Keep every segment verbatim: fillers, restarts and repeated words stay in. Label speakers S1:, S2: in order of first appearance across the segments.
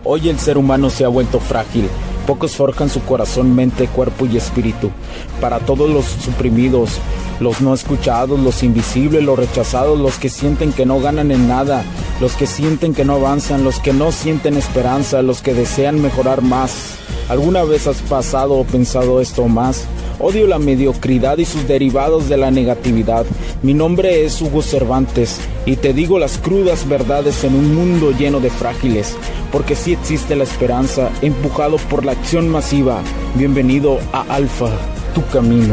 S1: Hoy el ser humano se ha vuelto frágil. Pocos forjan su corazón, mente, cuerpo y espíritu. Para todos los suprimidos, los no escuchados, los invisibles, los rechazados, los que sienten que no ganan en nada, los que sienten que no avanzan, los que no sienten esperanza, los que desean mejorar más. ¿Alguna vez has pasado o pensado esto más? Odio la mediocridad y sus derivados de la negatividad. Mi nombre es Hugo Cervantes y te digo las crudas verdades en un mundo lleno de frágiles, porque sí existe la esperanza, empujado por la acción masiva. Bienvenido a Alfa, tu camino.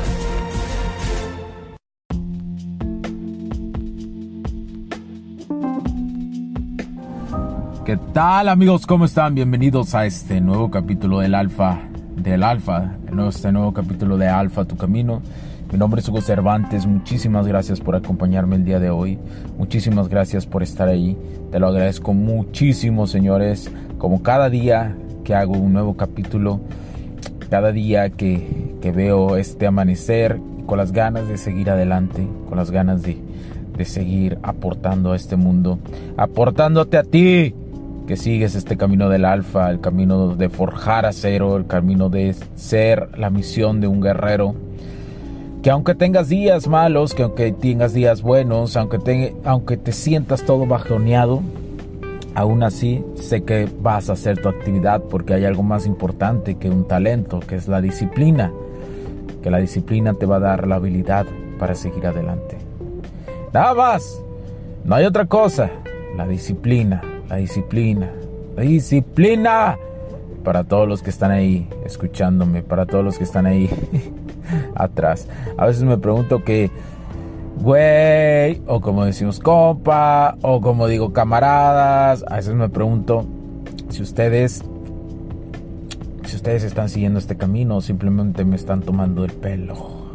S2: ¿Qué tal, amigos? ¿Cómo están? Bienvenidos a este nuevo capítulo del Alfa, del Alfa, este nuevo capítulo de Alfa, tu camino. Mi nombre es Hugo Cervantes. Muchísimas gracias por acompañarme el día de hoy. Muchísimas gracias por estar ahí. Te lo agradezco muchísimo, señores. Como cada día que hago un nuevo capítulo, cada día que, que veo este amanecer, con las ganas de seguir adelante, con las ganas de, de seguir aportando a este mundo, aportándote a ti, que sigues este camino del Alfa, el camino de forjar acero, el camino de ser la misión de un guerrero. Que aunque tengas días malos, que aunque tengas días buenos, aunque te, aunque te sientas todo bajoneado, aún así sé que vas a hacer tu actividad, porque hay algo más importante que un talento, que es la disciplina. Que la disciplina te va a dar la habilidad para seguir adelante. Nada más, no hay otra cosa. La disciplina, la disciplina, la disciplina. Para todos los que están ahí escuchándome, para todos los que están ahí atrás. A veces me pregunto que, güey, o como decimos compa, o como digo camaradas. A veces me pregunto si ustedes, si ustedes están siguiendo este camino o simplemente me están tomando el pelo.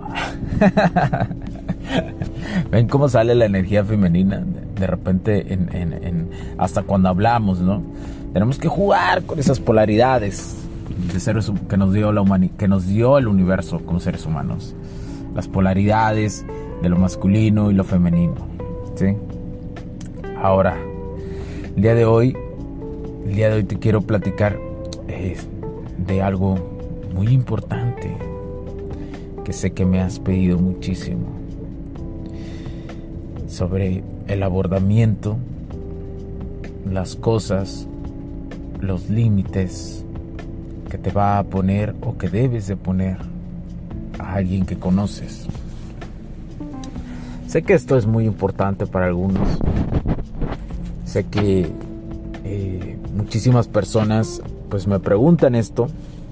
S2: ¿Ven cómo sale la energía femenina? De repente, en, en, en, hasta cuando hablamos, ¿no? Tenemos que jugar con esas polaridades de seres que nos dio la humani- que nos dio el universo como seres humanos. Las polaridades de lo masculino y lo femenino, ¿sí? Ahora, el día de hoy, el día de hoy te quiero platicar eh, de algo muy importante que sé que me has pedido muchísimo, sobre el abordamiento, las cosas, los límites que te va a poner o que debes de poner a alguien que conoces. Sé que esto es muy importante para algunos. Sé que eh, muchísimas personas pues me preguntan esto.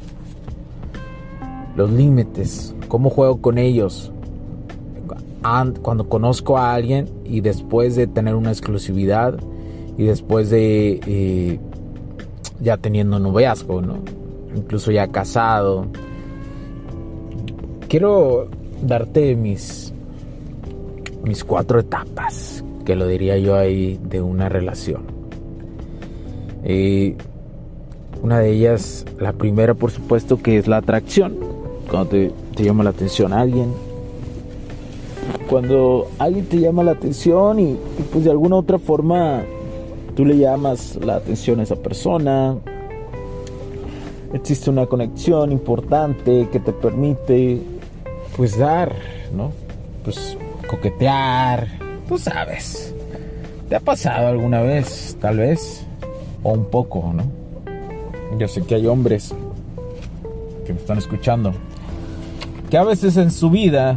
S2: Los límites, ¿cómo juego con ellos? Cuando conozco a alguien y después de tener una exclusividad y después de eh, ya teniendo noviazgo, ¿no? Incluso ya casado. Quiero darte mis mis cuatro etapas, que lo diría yo ahí, de una relación. Eh, una de ellas, la primera por supuesto, que es la atracción. Cuando te, te llama la atención a alguien, cuando alguien te llama la atención y, y pues de alguna otra forma tú le llamas la atención a esa persona, existe una conexión importante que te permite pues dar, ¿no? Pues coquetear, tú sabes. ¿Te ha pasado alguna vez, tal vez? O un poco, ¿no? Yo sé que hay hombres que me están escuchando que a veces en su vida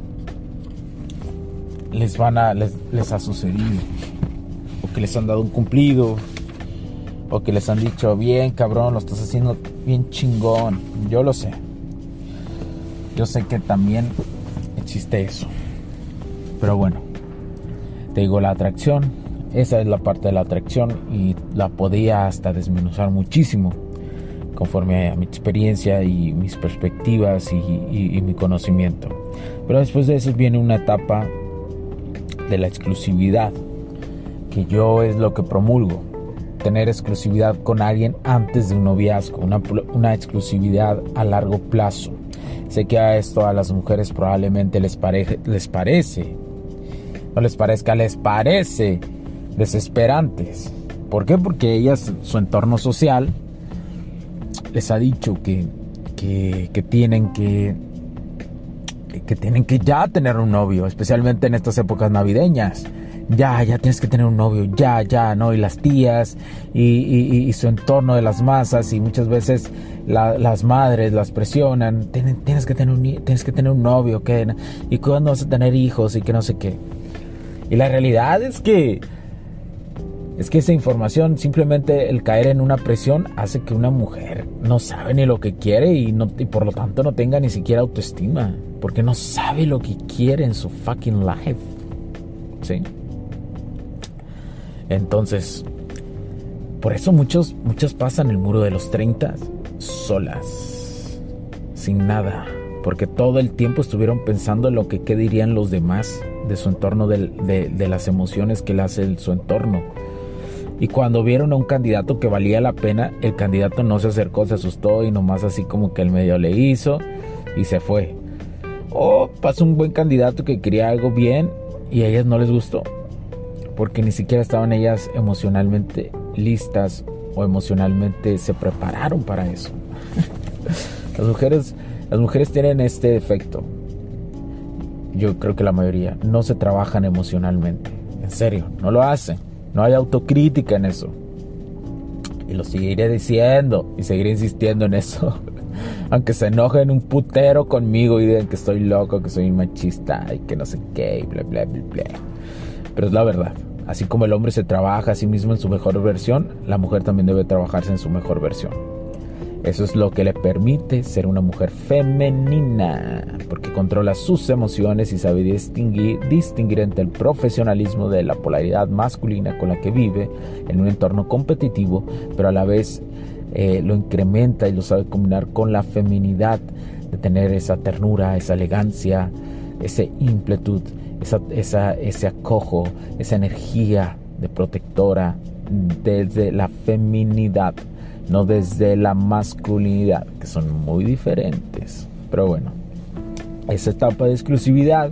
S2: les van a les, les ha sucedido, o que les han dado un cumplido, o que les han dicho, bien cabrón, lo estás haciendo bien chingón. Yo lo sé, yo sé que también existe eso, pero bueno, te digo, la atracción, esa es la parte de la atracción, y la podía hasta desmenuzar muchísimo conforme a mi experiencia y mis perspectivas y, y, y mi conocimiento. Pero después de eso viene una etapa de la exclusividad, que yo es lo que promulgo: tener exclusividad con alguien antes de un noviazgo, una, una exclusividad a largo plazo. Sé que a esto a las mujeres probablemente les, pare, les parece, no les parezca, les parece desesperantes,
S1: ¿Por qué? Porque ellas, su entorno social les ha dicho que, que, que tienen que que tienen que ya tener un novio, especialmente en estas épocas navideñas. Ya, ya tienes que tener un novio, ya, ya, ¿no? Y las tías y, y, y su entorno de las masas, y muchas veces la, las madres las presionan. Tienes, tienes, que tener un, tienes que tener un novio, ¿qué? ¿Y cuándo vas a tener hijos? Y que no sé qué. Y la realidad es que es que esa información, simplemente el caer en una presión, hace que una mujer no sabe ni lo que quiere y, no, y por lo tanto no tenga ni siquiera autoestima, porque no sabe lo que quiere en su fucking life. ¿Sí? Entonces, por eso muchos, muchos pasan el muro de los treinta solas, sin nada, porque todo el tiempo estuvieron pensando en lo que qué dirían los demás de su entorno, de, de, de las emociones que le hace el, su entorno. Y cuando vieron a un candidato que valía la pena, el candidato no se acercó, se asustó y nomás así como que el medio le hizo y se fue. O pasó un buen candidato que quería algo bien y a ellas no les gustó, porque ni siquiera estaban ellas emocionalmente listas o emocionalmente se prepararon para eso. Las mujeres, las mujeres tienen este defecto. Yo creo que la mayoría no se trabajan emocionalmente. En serio, no lo hacen. No hay autocrítica en eso. Y lo seguiré diciendo y seguiré insistiendo en eso. Aunque se enojen un putero conmigo y digan que estoy loco, que soy machista y que no sé qué y bla bla bla bla. Pero es la verdad. Así como el hombre se trabaja a sí mismo en su mejor versión, la mujer también debe trabajarse en su mejor versión. Eso es lo que le permite ser una mujer femenina, porque controla sus emociones y sabe distinguir, distinguir entre el profesionalismo de la polaridad masculina con la que vive en un entorno competitivo, pero a la vez eh, lo incrementa y lo sabe combinar con la feminidad, de tener esa ternura, esa elegancia, ese ímpetu, esa, esa, ese acojo, esa energía de protectora desde la feminidad, no desde la masculinidad, que son muy diferentes. Pero bueno, esa etapa de exclusividad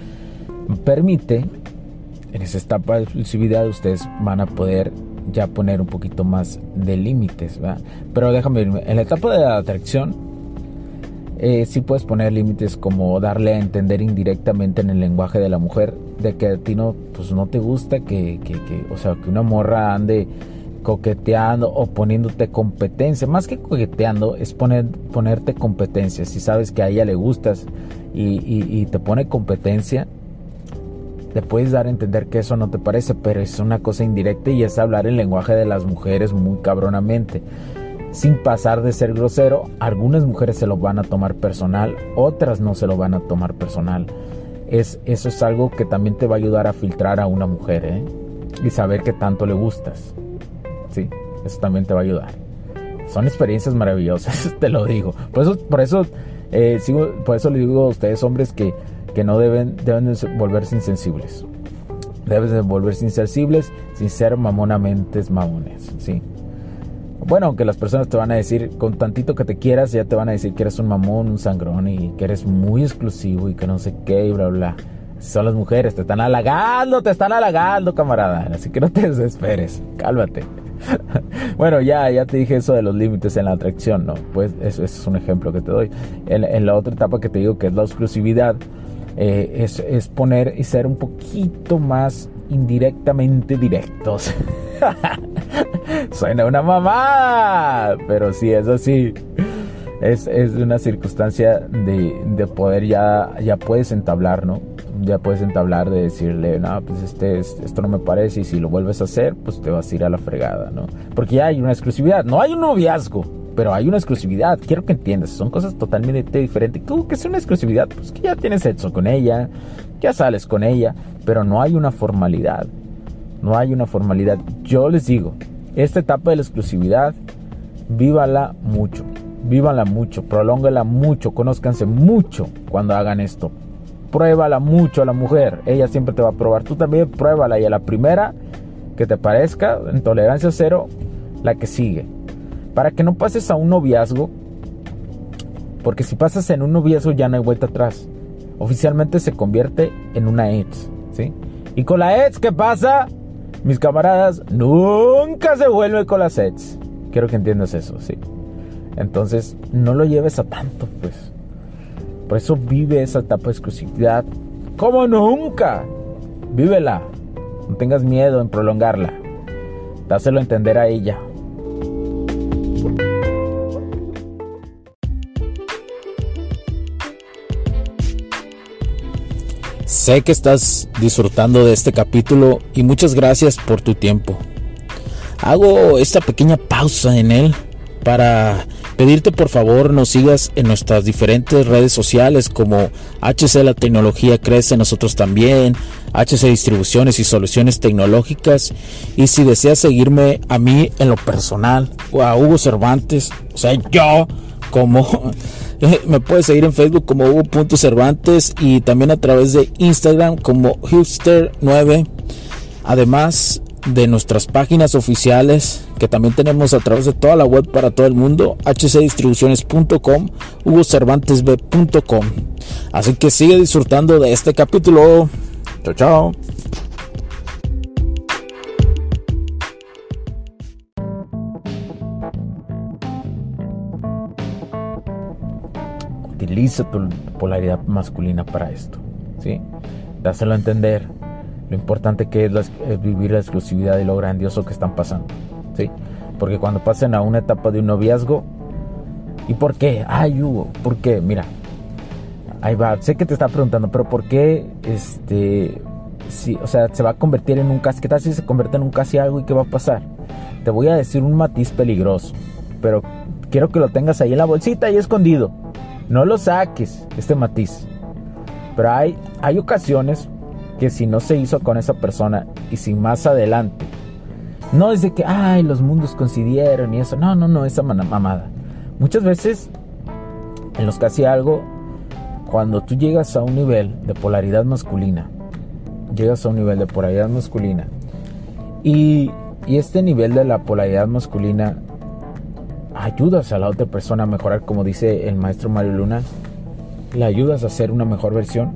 S1: permite, en esa etapa de exclusividad ustedes van a poder ya poner un poquito más de límites, ¿verdad? Pero déjame irme, en la etapa de la atracción eh, sí puedes poner límites, como darle a entender indirectamente en el lenguaje de la mujer de que a ti no, pues no te gusta que, que, que o sea, que una morra ande coqueteando o poniéndote competencia. Más que coqueteando es poner, ponerte competencia. Si sabes que a ella le gustas y, y, y te pone competencia, le puedes dar a entender que eso no te parece, pero es una cosa indirecta y es hablar el lenguaje de las mujeres muy cabronamente, sin pasar de ser grosero. Algunas mujeres se lo van a tomar personal, otras no se lo van a tomar personal. Es, eso es algo que también te va a ayudar a filtrar a una mujer, ¿eh? Y saber qué tanto le gustas. Sí, eso también te va a ayudar. Son experiencias maravillosas, te lo digo. Por eso, por eso, eh, sigo, por eso le digo a ustedes, hombres, que, que no deben, deben de volverse insensibles. Debes de volverse insensibles sin ser mamonamente mamones, sí. Bueno, aunque las personas te van a decir, con tantito que te quieras, ya te van a decir que eres un mamón, un sangrón y que eres muy exclusivo y que no sé qué y bla, bla. Así son las mujeres, te están halagando, te están halagando, camarada. Así que no te desesperes, cálmate. Bueno, ya, ya te dije eso de los límites en la atracción, ¿no? Pues eso, eso es un ejemplo que te doy. En, en la otra etapa que te digo, que es la exclusividad, eh, es, es poner y ser un poquito más indirectamente directos. Suena una mamá, pero sí es así. Es, es una circunstancia de, de poder ya, ya puedes entablar, ¿no? Ya puedes entablar de decirle, no, pues este, esto no me parece y si lo vuelves a hacer, pues te vas a ir a la fregada, ¿no? Porque ya hay una exclusividad, no hay un noviazgo, pero hay una exclusividad. Quiero que entiendas, son cosas totalmente diferentes. ¿Tú qué es una exclusividad? Pues que ya tienes sexo con ella, ya sales con ella, pero no hay una formalidad. No hay una formalidad. Yo les digo, esta etapa de la exclusividad, vívala mucho, vívala mucho, prolóngala mucho, conózcanse mucho cuando hagan esto. Pruébala mucho a la mujer, ella siempre te va a probar. Tú también pruébala y a la primera que te parezca en tolerancia cero, la que sigue. Para que no pases a un noviazgo, porque si pasas en un noviazgo ya no hay vuelta atrás. Oficialmente se convierte en una ex, ¿sí? Y con la ex, ¿qué pasa?
S2: Mis camaradas, nunca se vuelve con las ex. Quiero que entiendas eso, sí. Entonces, no lo lleves a tanto, pues. Por eso vive esa etapa de exclusividad como nunca. Vívela. No tengas miedo en prolongarla. Dáselo a entender a ella.
S1: Sé que estás disfrutando de este capítulo y muchas gracias por tu tiempo. Hago esta pequeña pausa en él para pedirte por favor nos sigas en nuestras diferentes redes sociales como H C La Tecnología Crece, nosotros también, H C Distribuciones y Soluciones Tecnológicas. Y si deseas seguirme a mí en lo personal o a Hugo Cervantes, o sea yo como... me puedes seguir en Facebook como Hugo punto Cervantes y también a través de Instagram como Hipster nueve. Además de nuestras páginas oficiales que también tenemos a través de toda la web para todo el mundo, h c distribuciones punto com, hugo cervantes b punto com. Así que sigue disfrutando de este capítulo. Chao, chao.
S2: Utiliza tu polaridad masculina para esto, ¿sí? Dáselo a entender lo importante que es, la, es vivir la exclusividad y lo grandioso que están pasando, ¿sí? Porque cuando pasen a una etapa de un noviazgo, ¿y por qué? Ay, Hugo, ¿por qué? Mira, ahí va, sé que te está preguntando, pero ¿por qué? Este, sí, o sea, se va a convertir en un casi, ¿qué tal si se convierte en un casi algo y qué va a pasar? Te voy a decir un matiz peligroso, pero quiero que lo tengas ahí en la bolsita y escondido. No lo saques, este matiz. Pero hay, hay ocasiones que si no se hizo con esa persona y si más adelante, no es de que, ay, los mundos coincidieron y eso. No, no, no, esa mamada. Muchas veces, en los casi algo, cuando tú llegas a un nivel de polaridad masculina, llegas a un nivel de polaridad masculina y, y este nivel de la polaridad masculina ayudas a la otra persona a mejorar, como dice el maestro Mario Luna, le ayudas a ser una mejor versión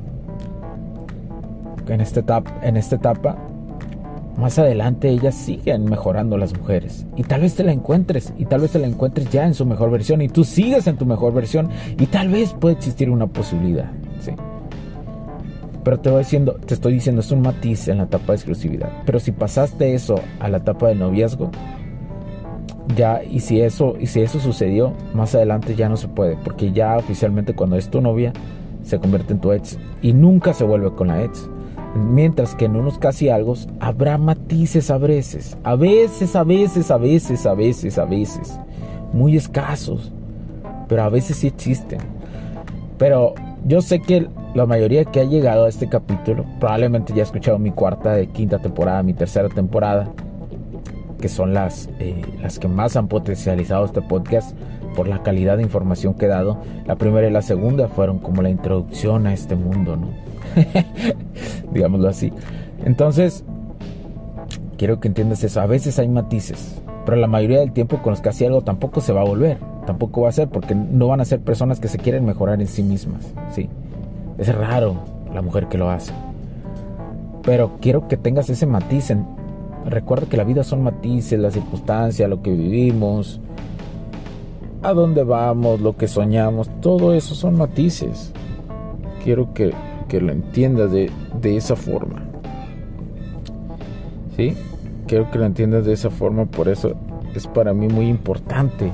S2: en esta etapa, en esta etapa más adelante ellas siguen mejorando, las mujeres, y tal vez te la encuentres y tal vez te la encuentres ya en su mejor versión y tú sigues en tu mejor versión y tal vez puede existir una posibilidad, ¿sí? Pero te voy diciendo, te estoy diciendo, es un matiz en la etapa de exclusividad. Pero si pasaste eso a la etapa del noviazgo, ya, y si eso y si eso sucedió, más adelante ya no se puede, porque ya oficialmente cuando es tu novia se convierte en tu ex y nunca se vuelve con la ex. Mientras que en unos casi algo habrá matices a veces, a veces, a veces, a veces, a veces, a veces, muy escasos, pero a veces sí existen. Pero yo sé que la mayoría que ha llegado a este capítulo probablemente ya ha escuchado mi cuarta y quinta temporada, mi tercera temporada, que son las, eh, las que más han potencializado este podcast por la calidad de información que he dado. La primera y la segunda fueron como la introducción a este mundo, ¿no? Digámoslo así. Entonces, quiero que entiendas eso. A veces hay matices, pero la mayoría del tiempo con los casi algo tampoco se va a volver. Tampoco va a ser, porque no van a ser personas que se quieren mejorar en sí mismas, ¿sí? Es raro la mujer que lo hace. Pero quiero que tengas ese matiz en... Recuerda que la vida son matices, la circunstancia, lo que vivimos, a dónde vamos, lo que soñamos, todo eso son matices. Quiero que, que lo entiendas de, de esa forma, ¿sí? Quiero que lo entiendas de esa forma, por eso es para mí muy importante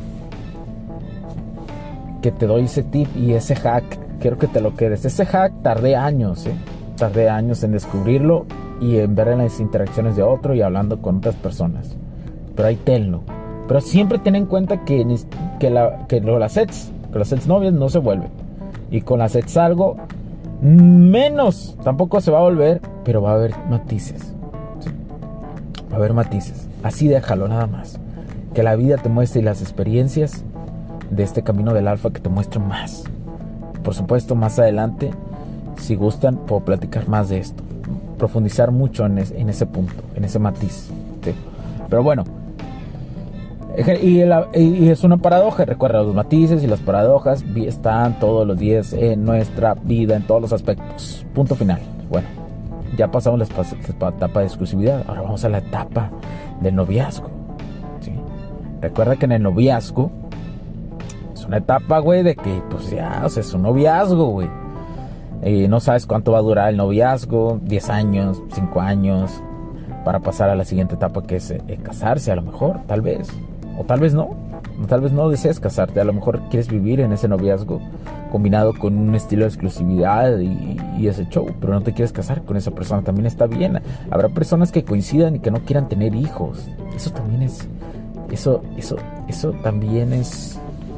S2: que te doy ese tip y ese hack. Quiero que te lo quedes. Ese hack tardé años, ¿eh? Tardé años en descubrirlo y en ver en las interacciones de otro y hablando con otras personas. Pero ahí tenlo. Pero siempre ten en cuenta que, que, la, que las ex, que las ex novias no se vuelven. Y con las ex algo menos. Tampoco se va a volver, pero va a haber matices. ¿Sí? Va a haber matices. Así déjalo nada más. Que la vida te muestre y las experiencias de este camino del alfa que te muestren más. Por supuesto, más adelante, si gustan, puedo platicar más de esto. Profundizar mucho en, es, en ese punto, en ese matiz, ¿sí? Pero bueno, y, la, y es una paradoja. Recuerda, los matices y las paradojas están todos los días en nuestra vida, en todos los aspectos. Punto final. Bueno, ya pasamos la, la etapa de exclusividad. Ahora vamos a la etapa del noviazgo, ¿sí? Recuerda que en el noviazgo es una etapa, güey, de que pues ya, o sea, es un noviazgo, güey. Eh, no sabes cuánto va a durar el noviazgo, diez años, cinco años, para pasar a la siguiente etapa, que es eh, casarse, a lo mejor, tal vez, o tal vez no. Tal vez no desees casarte, a lo mejor quieres vivir en ese noviazgo combinado con un estilo de exclusividad y, y ese show, pero no te quieres casar con esa persona, también está bien. Habrá personas que coincidan y que no quieran tener hijos. Eso también es, eso, eso, eso también es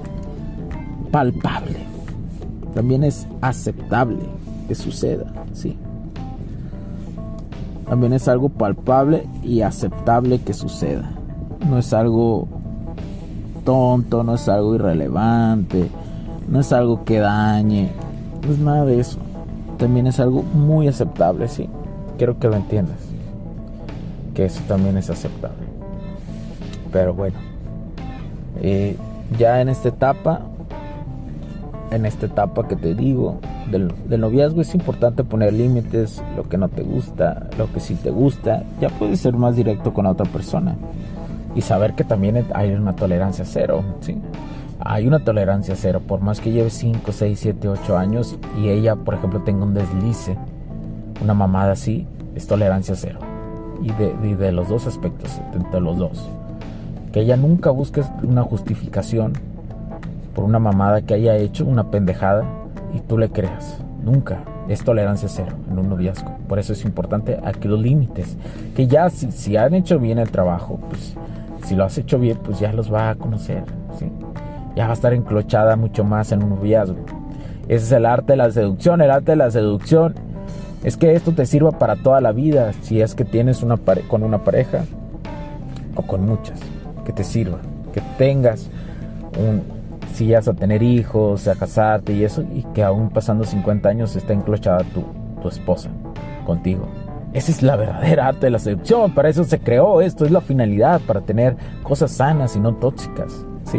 S2: palpable, también es aceptable que suceda, sí. También es algo palpable y aceptable que suceda. No es algo tonto, no es algo irrelevante, no es algo que dañe, no es nada de eso. También es algo muy aceptable, sí. Quiero que lo entiendas, que eso también es aceptable. Pero bueno, eh, ya en esta etapa, en esta etapa que te digo del, del noviazgo, es importante poner límites, lo que no te gusta, lo que sí te gusta. Ya puedes ser más directo con la otra persona. Y saber que también hay una tolerancia cero, ¿sí? Hay una tolerancia cero, por más que lleve cinco, seis, siete, ocho años y ella, por ejemplo, tenga un deslice, una mamada así, es tolerancia cero. Y de, de, de los dos aspectos, de los dos. Que ella nunca busque una justificación por una mamada que haya hecho, una pendejada, y tú le creas. Nunca. Es tolerancia cero en un noviazgo. Por eso es importante aquí los límites. Que ya si, si han hecho bien el trabajo, pues si lo has hecho bien, pues ya los va a conocer, ¿sí? Ya va a estar enclochada mucho más en un noviazgo. Ese es el arte de la seducción. El arte de la seducción es que esto te sirva para toda la vida. Si es que tienes una pare- con una pareja o con muchas, que te sirva. Que tengas un... si vas a tener hijos, a casarte y eso, y que aún pasando cincuenta años está enclochada tu, tu esposa contigo. Esa es la verdadera arte de la seducción. Para eso se creó esto, es la finalidad, para tener cosas sanas y no tóxicas, ¿sí?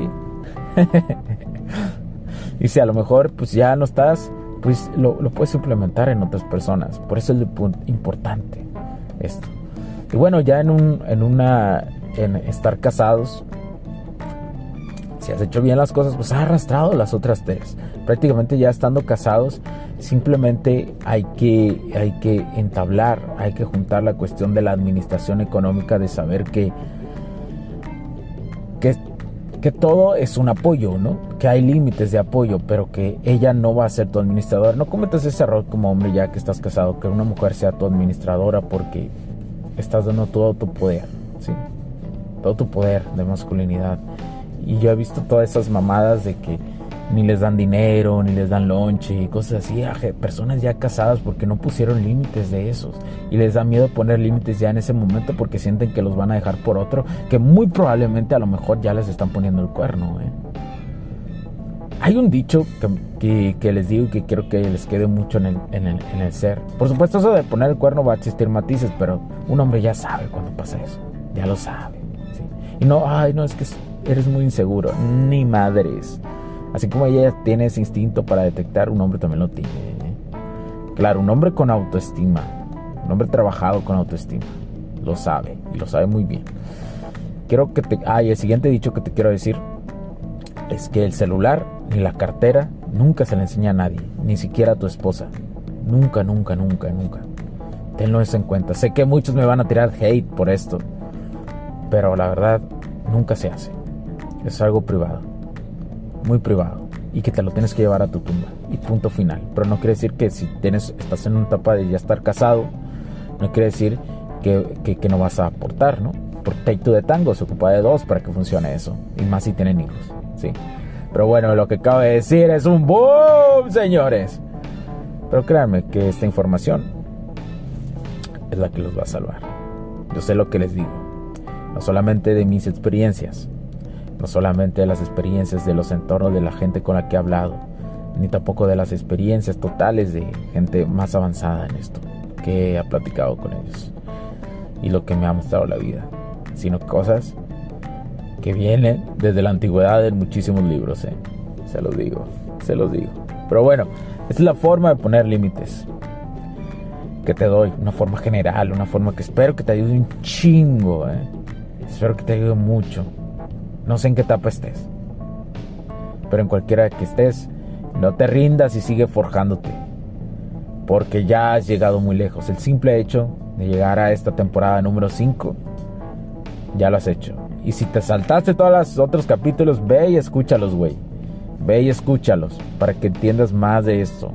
S2: Y si a lo mejor pues ya no estás, pues lo, lo puedes implementar en otras personas. Por eso es lo importante esto. Y bueno, ya en un en una en estar casados, si has hecho bien las cosas, pues has arrastrado las otras tres. Prácticamente ya estando casados, simplemente hay que, hay que entablar, hay que juntar la cuestión de la administración económica, de saber que, que, que todo es un apoyo, ¿no? Que hay límites de apoyo, pero que ella no va a ser tu administradora. No cometas ese error como hombre ya que estás casado, que una mujer sea tu administradora, porque estás dando todo tu poder, ¿sí? Todo tu poder de masculinidad. Y yo he visto todas esas mamadas de que ni les dan dinero, ni les dan lonche y cosas así. Aje, personas ya casadas porque no pusieron límites de esos. Y les da miedo poner límites ya en ese momento porque sienten que los van a dejar por otro, que muy probablemente a lo mejor ya les están poniendo el cuerno, ¿eh? Hay un dicho que, que, que les digo y que quiero que les quede mucho en el, en, el, en el ser. Por supuesto, eso de poner el cuerno va a existir matices, pero un hombre ya sabe cuando pasa eso. Ya lo sabe, ¿sí? Y no, ay, no, es que eres muy inseguro. Ni madres. Así como ella tiene ese instinto para detectar, un hombre también lo tiene, ¿eh? Claro, un hombre con autoestima, un hombre trabajado con autoestima, lo sabe, y lo sabe muy bien. Quiero que te... Ah, y el siguiente dicho que te quiero decir es que el celular ni la cartera nunca se le enseña a nadie, ni siquiera a tu esposa. Nunca, nunca, nunca, nunca. Tenlo eso en cuenta. Sé que muchos me van a tirar hate por esto, pero la verdad, nunca se hace. Es algo privado, muy privado, y que te lo tienes que llevar a tu tumba, y punto final. Pero no quiere decir que si tienes, estás en una etapa de ya estar casado, no quiere decir que, que, que no vas a aportar, ¿no? Porque take two de tango se ocupa de dos para que funcione eso, y más si tienen hijos, ¿sí? Pero bueno, lo que acabo de decir es un boom, señores. Pero créanme que esta información es la que los va a salvar. Yo sé lo que les digo, no solamente de mis experiencias, no solamente de las experiencias de los entornos de la gente con la que he hablado, ni tampoco de las experiencias totales de gente más avanzada en esto que he platicado con ellos y lo que me ha mostrado la vida, sino cosas que vienen desde la antigüedad en muchísimos libros, ¿eh? Se los digo, se los digo. Pero bueno, esta es la forma de poner límites. que te doy, una forma general, una forma que espero que te ayude un chingo, ¿eh? Espero que te ayude mucho. No sé en qué etapa estés, pero en cualquiera que estés, no te rindas y sigue forjándote, porque ya has llegado muy lejos. El simple hecho de llegar a esta temporada número cinco, ya lo has hecho. Y si te saltaste todos los otros capítulos, ve y escúchalos, güey. Ve y escúchalos para que entiendas más de esto.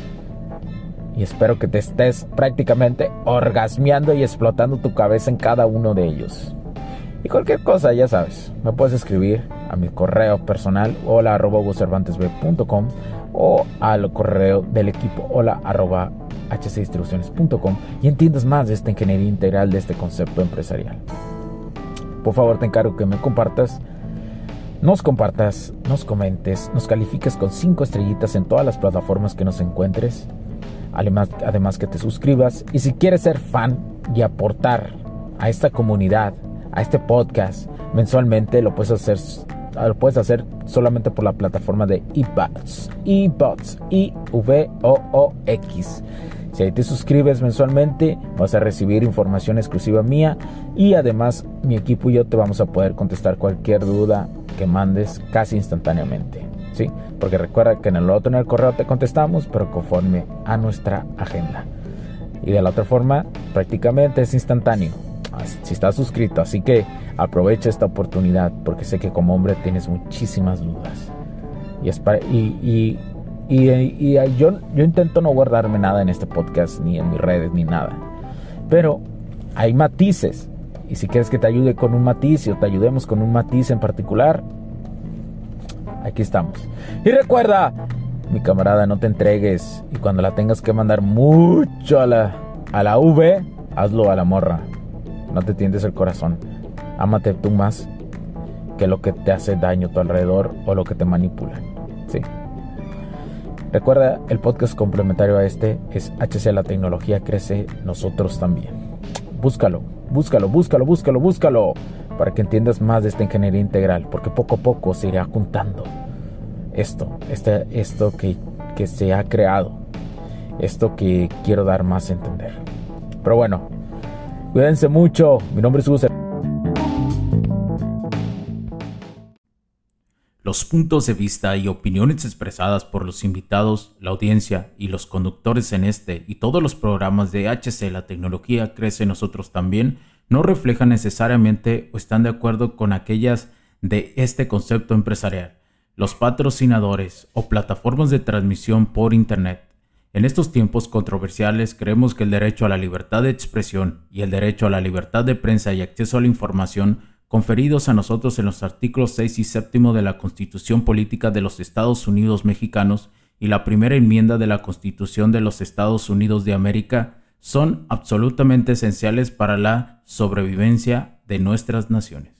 S2: Y espero que te estés prácticamente orgasmeando y explotando tu cabeza en cada uno de ellos. Y cualquier cosa, ya sabes, me puedes escribir a mi correo personal hola arroba hugocervantesb punto com o al correo del equipo hola arroba h c distribuciones punto com y entiendas más de esta ingeniería integral, de este concepto empresarial. Por favor, te encargo que me compartas, nos compartas, nos comentes, nos califiques con cinco estrellitas en todas las plataformas que nos encuentres. Además, además que te suscribas, y si quieres ser fan y aportar a esta comunidad, a este podcast mensualmente, lo puedes hacer, lo puedes hacer solamente por la plataforma de iVoox, iVoox, I V O O X. Si ahí te suscribes mensualmente, vas a recibir información exclusiva mía, y además mi equipo y yo te vamos a poder contestar cualquier duda que mandes casi instantáneamente, ¿sí? Porque recuerda que en el otro, en el correo, te contestamos, pero conforme a nuestra agenda. Y de la otra forma, prácticamente es instantáneo si estás suscrito. Así que aprovecha esta oportunidad, porque sé que como hombre tienes muchísimas dudas. Y, es para, y, y, y, y, y yo, yo intento no guardarme nada en este podcast, ni en mis redes, ni nada. Pero hay matices. Y si quieres que te ayude con un matiz, o te ayudemos con un matiz en particular, aquí estamos. Y recuerda, mi camarada, no te entregues. Y cuando la tengas que mandar mucho a la, a la V, hazlo a la morra. No te tientes el corazón. Ámate tú más que lo que te hace daño a tu alrededor o lo que te manipulan. Sí. Recuerda, el podcast complementario a este es H C La Tecnología Crece, Nosotros También. Búscalo, búscalo, búscalo, búscalo, búscalo, para que entiendas más de esta ingeniería integral, porque poco a poco se irá juntando esto, este, esto que, que se ha creado, esto que quiero dar más a entender. Pero bueno, cuídense mucho. Mi nombre es Hugo.
S1: Los puntos de vista y opiniones expresadas por los invitados, la audiencia y los conductores en este y todos los programas de H C La Tecnología Crece Nosotros También no reflejan necesariamente o están de acuerdo con aquellas de este concepto empresarial, los patrocinadores o plataformas de transmisión por Internet. En estos tiempos controversiales, creemos que el derecho a la libertad de expresión y el derecho a la libertad de prensa y acceso a la información conferidos a nosotros en los artículos seis y séptimo de la Constitución Política de los Estados Unidos Mexicanos y la primera enmienda de la Constitución de los Estados Unidos de América son absolutamente esenciales para la sobrevivencia de nuestras naciones.